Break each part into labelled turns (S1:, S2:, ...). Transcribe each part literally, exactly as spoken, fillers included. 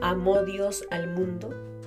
S1: amó Dios al mundo?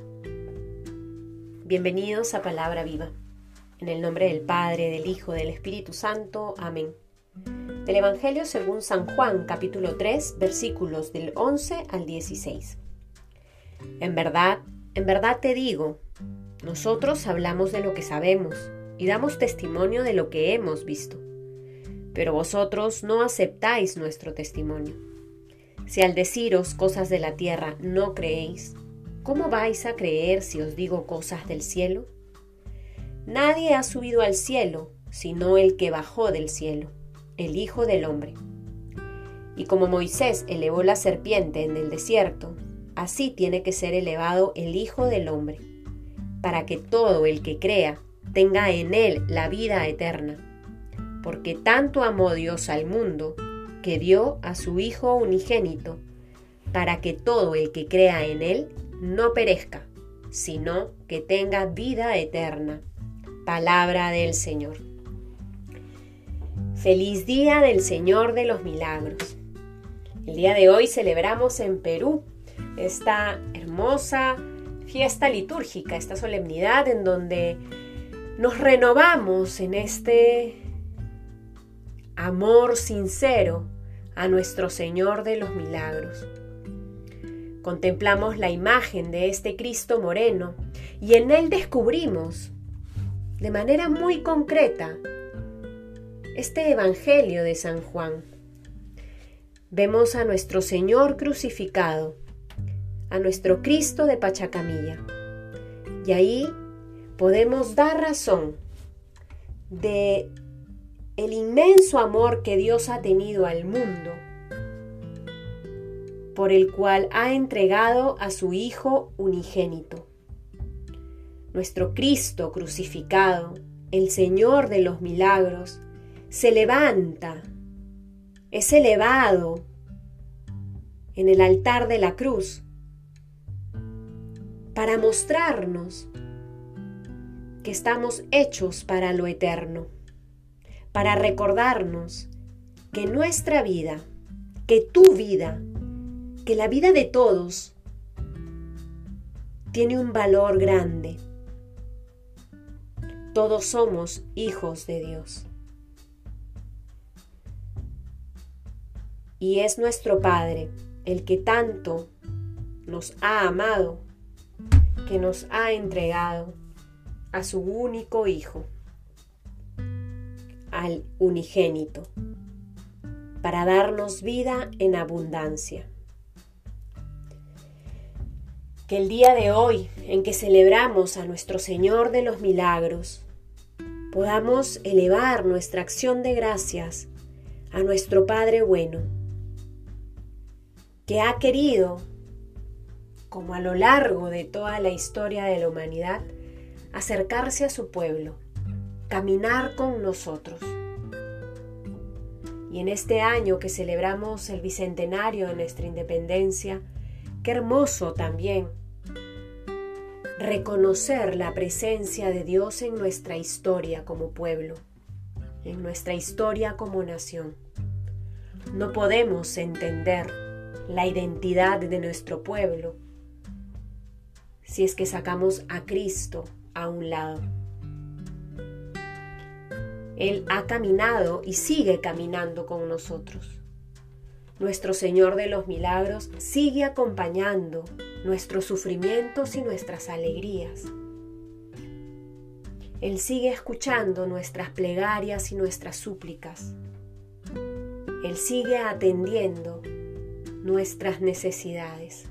S1: Bienvenidos a Palabra Viva. En el nombre del Padre, del Hijo, del Espíritu Santo. Amén. Del Evangelio según San Juan, capítulo tres, versículos del once al dieciséis. En verdad, en verdad te digo, nosotros hablamos de lo que sabemos y damos testimonio de lo que hemos visto. Pero vosotros no aceptáis nuestro testimonio. Si al deciros cosas de la tierra no creéis, ¿cómo vais a creer si os digo cosas del cielo? Nadie ha subido al cielo, sino el que bajó del cielo, el Hijo del Hombre. Y como Moisés elevó la serpiente en el desierto, así tiene que ser elevado el Hijo del Hombre, para que todo el que crea tenga en él la vida eterna. Porque tanto amó Dios al mundo, que dio a su Hijo unigénito, para que todo el que crea en él no perezca, sino que tenga vida eterna. Palabra del Señor. Feliz día del Señor de los Milagros. El día de hoy celebramos en Perú esta hermosa fiesta litúrgica, esta solemnidad en donde nos renovamos en este amor sincero a nuestro Señor de los Milagros. Contemplamos la imagen de este Cristo moreno y en él descubrimos de manera muy concreta este Evangelio de San Juan. Vemos a nuestro Señor crucificado, a nuestro Cristo de Pachacamilla, y ahí podemos dar razón de el inmenso amor que Dios ha tenido al mundo, por el cual ha entregado a su Hijo unigénito. Nuestro Cristo crucificado, el Señor de los milagros, se levanta, es elevado en el altar de la cruz para mostrarnos que estamos hechos para lo eterno, para recordarnos que nuestra vida, que tu vida, que la vida de todos tiene un valor grande. Todos somos hijos de Dios. Y es nuestro Padre el que tanto nos ha amado, que nos ha entregado a su único Hijo, al unigénito, para darnos vida en abundancia. Que el día de hoy, en que celebramos a nuestro Señor de los Milagros, podamos elevar nuestra acción de gracias a nuestro Padre bueno, que ha querido, como a lo largo de toda la historia de la humanidad, acercarse a su pueblo, caminar con nosotros. Y en este año que celebramos el bicentenario de nuestra independencia, qué hermoso también reconocer la presencia de Dios en nuestra historia como pueblo, en nuestra historia como nación. No podemos entender la identidad de nuestro pueblo si es que sacamos a Cristo a un lado. Él ha caminado y sigue caminando con nosotros. Nuestro Señor de los Milagros sigue acompañando nuestros sufrimientos y nuestras alegrías. Él sigue escuchando nuestras plegarias y nuestras súplicas. Él sigue atendiendo nuestras necesidades.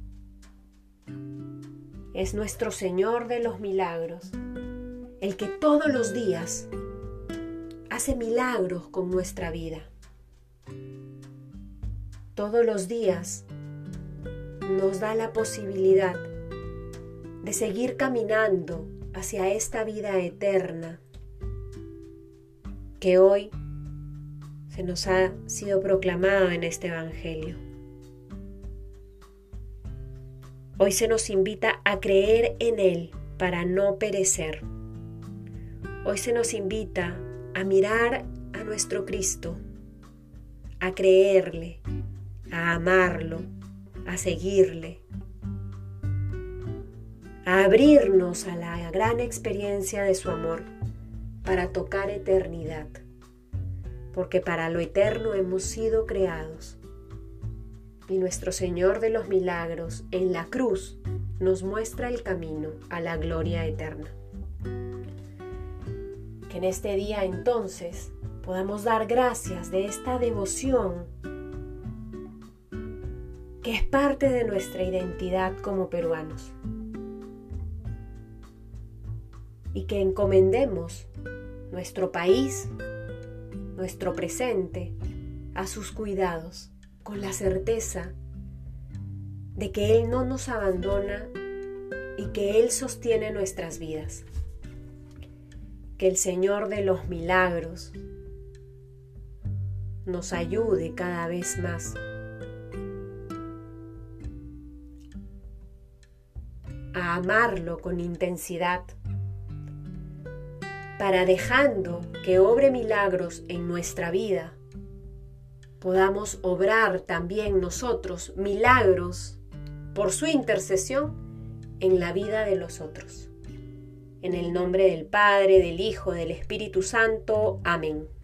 S1: Es nuestro Señor de los Milagros, el que todos los días hace milagros con nuestra vida. Todos los días nos da la posibilidad de seguir caminando hacia esta vida eterna que hoy se nos ha sido proclamada en este Evangelio. Hoy se nos invita a creer en Él para no perecer. Hoy se nos invita a mirar a nuestro Cristo, a creerle, a amarlo, a seguirle, a abrirnos a la gran experiencia de su amor para tocar eternidad, porque para lo eterno hemos sido creados. Y nuestro Señor de los Milagros en la cruz nos muestra el camino a la gloria eterna. Que en este día entonces podamos dar gracias de esta devoción que es parte de nuestra identidad como peruanos, y que encomendemos nuestro país, nuestro presente, a sus cuidados, con la certeza de que Él no nos abandona y que Él sostiene nuestras vidas. Que el Señor de los Milagros nos ayude cada vez más a amarlo con intensidad, para, dejando que obre milagros en nuestra vida, podamos obrar también nosotros milagros por su intercesión en la vida de los otros. En el nombre del Padre, del Hijo, del Espíritu Santo. Amén.